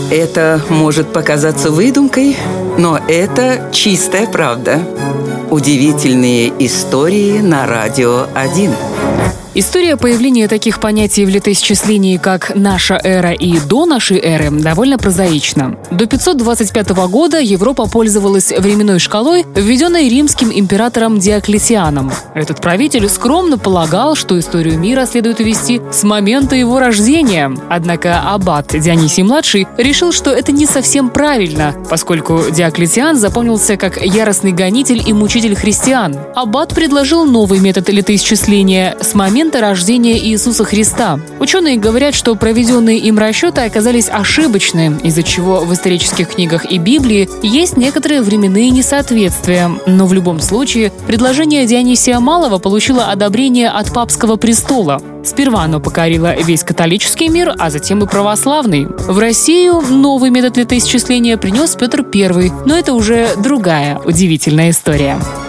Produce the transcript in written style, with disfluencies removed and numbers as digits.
Это может показаться выдумкой, но это чистая правда. Удивительные истории на Радио 1. История появления таких понятий в летоисчислении, как «наша эра» и «до нашей эры», довольно прозаична. До 525 года Европа пользовалась временной шкалой, введенной римским императором Диоклетианом. Этот правитель скромно полагал, что историю мира следует вести с момента его рождения. Однако аббат Дионисий-младший решил, что это не совсем правильно, поскольку Диоклетиан запомнился как яростный гонитель и мучитель христиан. Аббат предложил новый метод летоисчисления с момента рождения Иисуса Христа. Ученые говорят, что проведенные им расчеты оказались ошибочны, из-за чего в исторических книгах и Библии есть некоторые временные несоответствия. Но в любом случае, предложение Дионисия Малого получило одобрение от папского престола. Сперва оно покорило весь католический мир, а затем и православный. В Россию новый метод летоисчисления принес Петр I, но это уже другая удивительная история.